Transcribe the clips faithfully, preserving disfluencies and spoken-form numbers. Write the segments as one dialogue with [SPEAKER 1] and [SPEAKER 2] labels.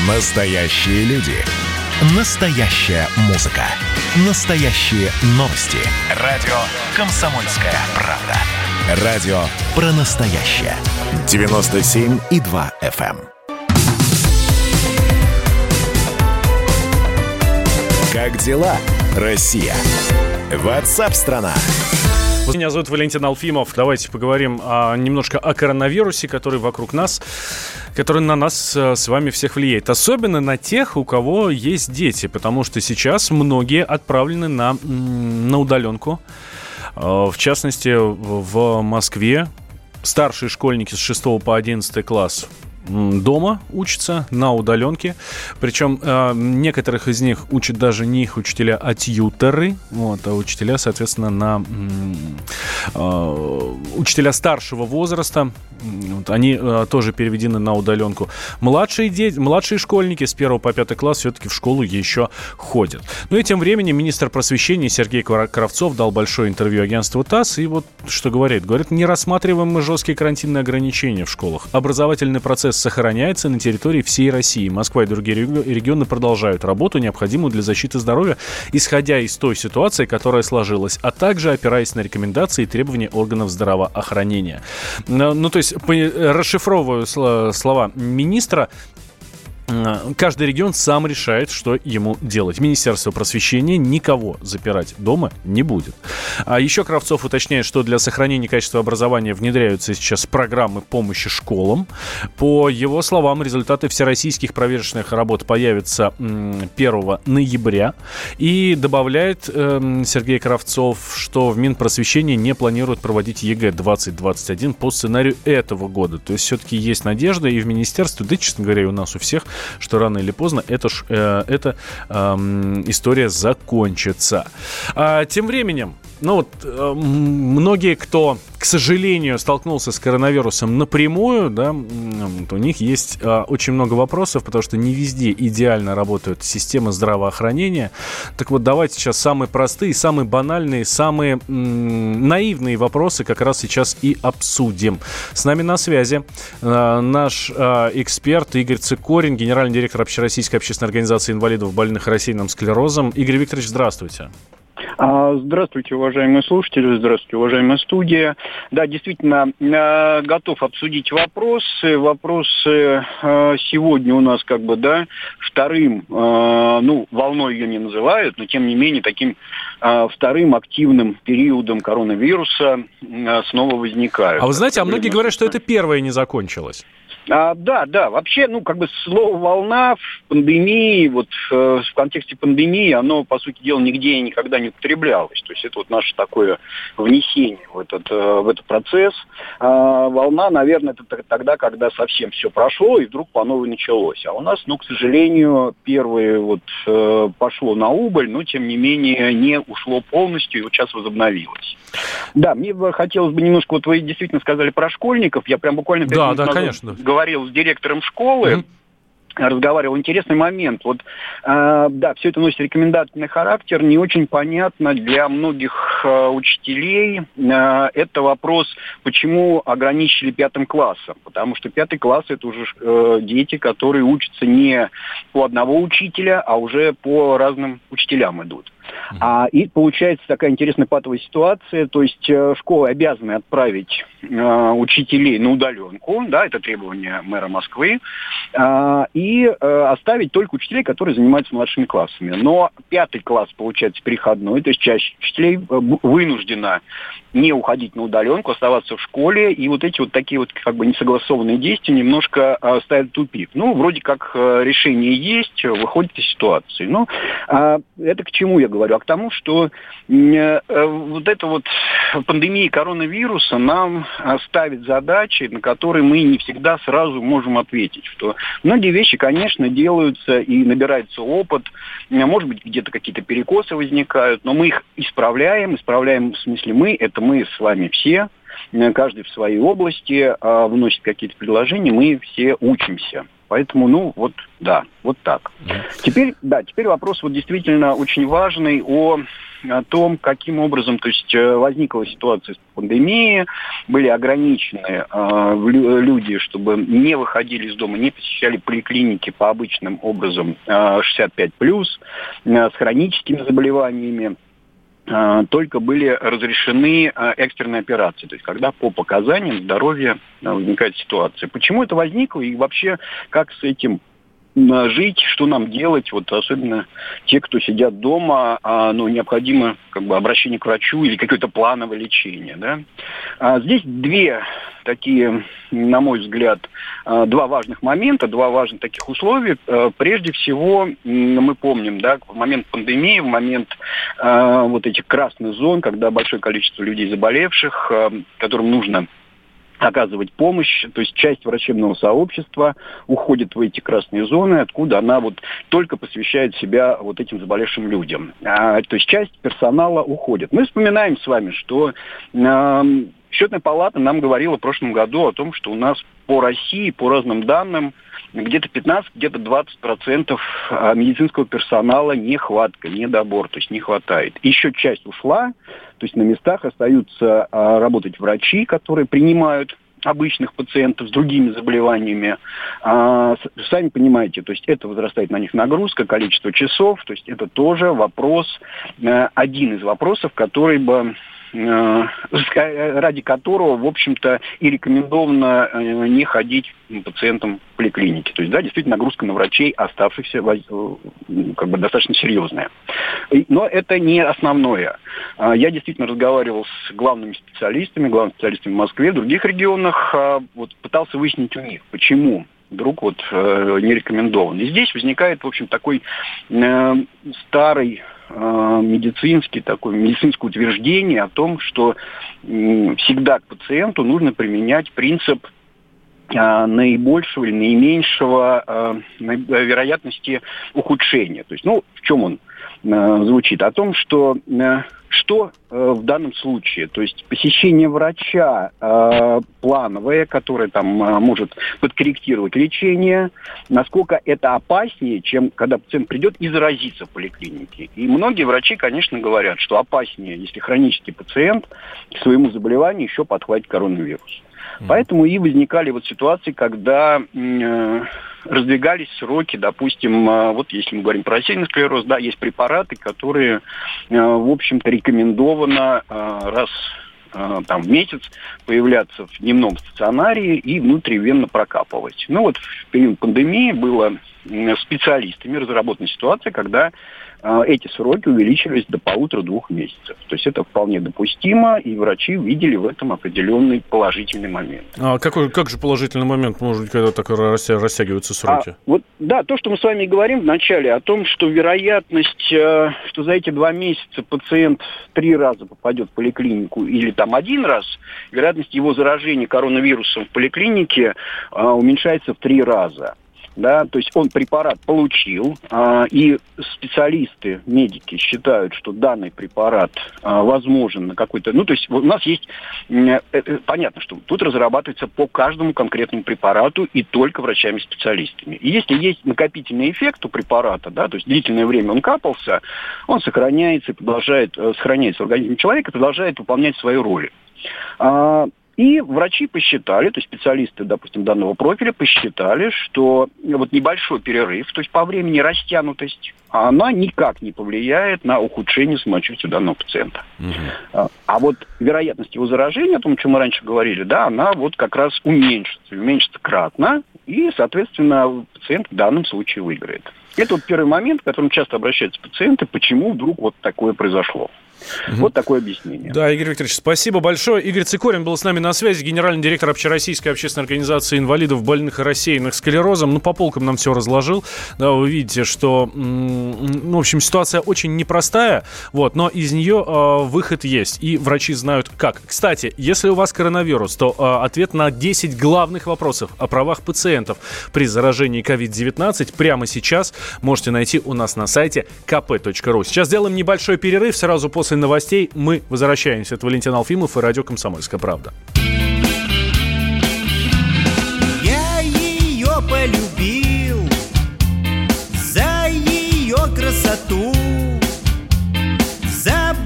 [SPEAKER 1] Настоящие люди. Настоящая музыка. Настоящие новости. Радио «Комсомольская правда». Радио про настоящее. девяносто семь и два эф эм. Как дела, Россия? Ватсап-страна!
[SPEAKER 2] Меня зовут Валентин Алфимов. Давайте поговорим а, немножко о коронавирусе, который вокруг нас, который на нас а, с вами всех влияет. Особенно на тех, у кого есть дети, потому что сейчас многие отправлены на, на удаленку. А, в частности, в Москве старшие школьники с шестого по одиннадцатый класс дома учатся на удаленке. Причем э, некоторых из них учат даже не их учителя, а тьюторы. Вот, а учителя, соответственно, на э, учителя старшего возраста. Вот, они э, тоже переведены на удаленку. Младшие, дети, младшие школьники с первого по пятый класс все-таки в школу еще ходят. Ну и тем временем министр просвещения Сергей Кравцов дал большое интервью агентству ТАСС. И вот что говорит. Говорит, не рассматриваем мы жесткие карантинные ограничения в школах. Образовательный процесс сохраняется на территории всей России. Москва и другие регионы продолжают работу, необходимую для защиты здоровья, исходя из той ситуации, которая сложилась, а также опираясь на рекомендации и требования органов здравоохранения. Ну, то есть, расшифровываю слова министра, каждый регион сам решает, что ему делать. Министерство просвещения никого запирать дома не будет. А еще Кравцов уточняет, что для сохранения качества образования внедряются сейчас программы помощи школам. По его словам, результаты всероссийских проверочных работ появятся первого ноября. И добавляет э, Сергей Кравцов, что в Минпросвещении не планирует проводить ЕГЭ двадцать двадцать один по сценарию этого года. То есть все-таки есть надежда и в министерстве, да, честно говоря, и у нас у всех, что рано или поздно эта, э, эта э, история закончится. А, тем временем, ну вот, э, многие, кто, к сожалению, столкнулся с коронавирусом напрямую, да, вот, у них есть э, очень много вопросов, потому что не везде идеально работают системы здравоохранения. Так вот, давайте сейчас самые простые, самые банальные, самые м, наивные вопросы как раз сейчас и обсудим. С нами на связи э, наш э, эксперт Игорь Цикорин, генеральный директор Общероссийской общественной организации инвалидов, больных рассеянным склерозом. Игорь Викторович, здравствуйте.
[SPEAKER 3] Здравствуйте, уважаемые слушатели, здравствуйте, уважаемая студия. Да, действительно, готов обсудить вопросы. Вопросы сегодня у нас как бы, да, вторым, ну, волной ее не называют, но тем не менее таким вторым активным периодом коронавируса снова возникают.
[SPEAKER 2] А вы знаете, а многие говорят, что это первое не закончилось.
[SPEAKER 3] А, да, да, вообще, ну, как бы слово «волна» в пандемии, вот э, в контексте пандемии, оно, по сути дела, нигде и никогда не употреблялось. То есть это вот наше такое внесение в этот, э, в этот процесс. А волна, наверное, это тогда, когда совсем все прошло и вдруг по новой началось. А у нас, ну, к сожалению, первое вот э, пошло на убыль, но, тем не менее, не ушло полностью и вот сейчас возобновилось. Да, мне бы хотелось бы немножко, вот вы действительно сказали про школьников, я прям буквально пять
[SPEAKER 2] да,
[SPEAKER 3] минут
[SPEAKER 2] да,
[SPEAKER 3] назад
[SPEAKER 2] конечно.
[SPEAKER 3] говорил с директором школы, mm-hmm. разговаривал. Интересный момент. Вот, э, да, все это носит рекомендательный характер. Не очень понятно для многих э, учителей. Э, это вопрос, почему ограничили пятым классом. Потому что пятый класс — это уже э, дети, которые учатся не по одного учителя, а уже по разным учителям идут. Uh-huh. А, и получается такая интересная патовая ситуация, то есть э, школы обязаны отправить э, учителей на удаленку, да, это требование мэра Москвы, э, и э, оставить только учителей, которые занимаются младшими классами. Но пятый класс, получается, переходной, то есть часть учителей э, вынуждена не уходить на удаленку, оставаться в школе, и вот эти вот такие вот как бы несогласованные действия немножко э, ставят в тупик. Ну, вроде как э, решение есть, выходит из ситуации. Ну, э, это к чему я говорю? А к тому, что э, вот эта вот пандемия коронавируса нам ставит задачи, на которые мы не всегда сразу можем ответить. Что многие вещи, конечно, делаются и набирается опыт, может быть, где-то какие-то перекосы возникают, но мы их исправляем, исправляем в смысле мы, это мы с вами все, каждый в своей области а, вносит какие-то предложения, мы все учимся. Поэтому, ну, вот, да, вот так. Теперь, да, теперь вопрос вот действительно очень важный о о том, каким образом, то есть возникла ситуация с пандемией, были ограничены э, люди, чтобы не выходили из дома, не посещали поликлиники по обычным образом э, шестьдесят пять плюс, э, с хроническими заболеваниями. Только были разрешены экстренные операции, то есть когда по показаниям здоровья возникает ситуация. Почему это возникло и вообще как с этим жить, что нам делать, вот особенно те, кто сидят дома, ну, необходимо как бы обращение к врачу или какое-то плановое лечение, да. А здесь две такие, на мой взгляд, два важных момента, два важных таких условия. Прежде всего, мы помним, да, в момент пандемии, в момент вот этих красных зон, когда большое количество людей заболевших, которым нужно оказывать помощь, то есть часть врачебного сообщества уходит в эти красные зоны, откуда она вот только посвящает себя вот этим заболевшим людям. А, то есть часть персонала уходит. Мы вспоминаем с вами, что э, Счетная палата нам говорила в прошлом году о том, что у нас по России, по разным данным, где-то пятнадцать, где-то двадцать процентов медицинского персонала нехватка, недобор, то есть не хватает. Еще часть ушла, то есть на местах остаются а, работать врачи, которые принимают обычных пациентов с другими заболеваниями. А, сами понимаете, то есть это возрастает на них нагрузка, количество часов, то есть это тоже вопрос, а, один из вопросов, который бы ради которого, в общем-то, и рекомендовано не ходить пациентам в поликлинике. То есть, да, действительно, нагрузка на врачей, оставшихся, как бы достаточно серьезная. Но это не основное. Я действительно разговаривал с главными специалистами, главными специалистами в Москве, в других регионах, вот, пытался выяснить у них, почему вдруг вот э, не рекомендован. И здесь возникает, в общем, такой э, старый э, медицинский, такое медицинское утверждение о том, что э, всегда к пациенту нужно применять принцип э, наибольшего или наименьшего э, вероятности ухудшения. То есть, ну, в чем он э, звучит? О том, что... Э, Что э, в данном случае? То есть посещение врача э, плановое, которое там э, может подкорректировать лечение, насколько это опаснее, чем когда пациент придет и заразится в поликлинике. И многие врачи, конечно, говорят, что опаснее, если хронический пациент к своему заболеванию еще подхватит коронавирус. Mm-hmm. Поэтому и возникали вот ситуации, когда... Э, раздвигались сроки, допустим, вот если мы говорим про рассеянный склероз, да, есть препараты, которые, в общем-то, рекомендовано раз там, в месяц появляться в дневном стационаре и внутривенно прокапывать. Ну вот в период пандемии было специалистами разработана ситуация, когда эти сроки увеличились до полутора-двух месяцев. То есть это вполне допустимо, и врачи видели в этом определенный положительный момент.
[SPEAKER 2] А какой, как же положительный момент, может быть, когда так растягиваются сроки?
[SPEAKER 3] А, вот, да, то, что мы с вами говорим в начале, о том, что вероятность, что за эти два месяца пациент три раза попадет в поликлинику или там один раз, вероятность его заражения коронавирусом в поликлинике уменьшается в три раза. Да, то есть он препарат получил, а, и специалисты, медики считают, что данный препарат а, возможен на какой-то... Ну, то есть у нас есть... Э, э, понятно, что тут разрабатывается по каждому конкретному препарату и только врачами-специалистами. И если есть накопительный эффект у препарата, да, то есть длительное время он капался, он сохраняется и продолжает... Э, сохраняется в организме человека и продолжает выполнять свою роль. А, И врачи посчитали, то есть специалисты, допустим, данного профиля посчитали, что вот небольшой перерыв, то есть по времени растянутость, она никак не повлияет на ухудшение самочувствия данного пациента. Угу. А вот вероятность его заражения, о том, о чем мы раньше говорили, да, она вот как раз уменьшится, уменьшится кратно, и, соответственно, пациент в данном случае выиграет. Это вот первый момент, к которому часто обращаются пациенты, почему вдруг вот такое произошло. Угу. Вот такое объяснение.
[SPEAKER 2] Да, Игорь Викторович, спасибо большое. Игорь Цикорин был с нами на связи, генеральный директор Общероссийской общественной организации инвалидов, больных и рассеянных склерозом. Ну, по полкам нам все разложил. Да, вы видите, что, ну, в общем, ситуация очень непростая, вот, но из нее э, выход есть, и врачи знают как. Кстати, если у вас коронавирус, то э, ответ на десять главных вопросов о правах пациентов при заражении ковид девятнадцать прямо сейчас можете найти у нас на сайте ка пэ точка ру. Сейчас сделаем небольшой перерыв, сразу после новостей мы возвращаемся. Это Валентин Алфимов и радио «Комсомольская правда».
[SPEAKER 4] Я ее полюбил за ее красоту, за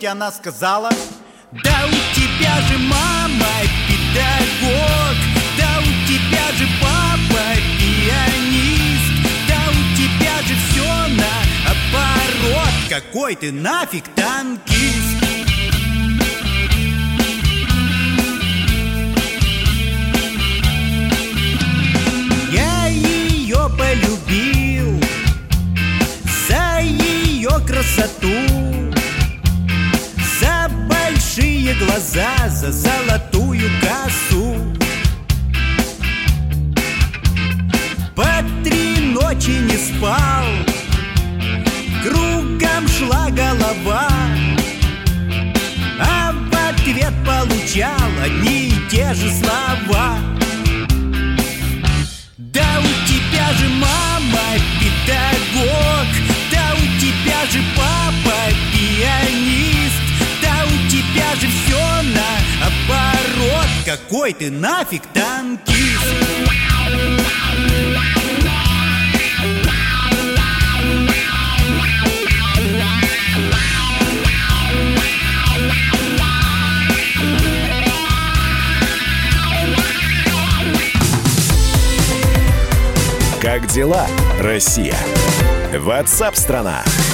[SPEAKER 4] помните, она сказала: да у тебя же мама педагог, да у тебя же папа пианист, да у тебя же все наоборот, какой ты нафиг танкист. Я ее полюбил за ее красоту, за большие глаза, за золотую косу. По три ночи не спал, кругом шла голова, а в ответ получал одни и те же слова. Да у тебя же мама педагог, да у тебя же папа пианист, да у тебя же все наоборот, какой ты нафиг танкист.
[SPEAKER 1] Как дела, Россия? WhatsApp-страна.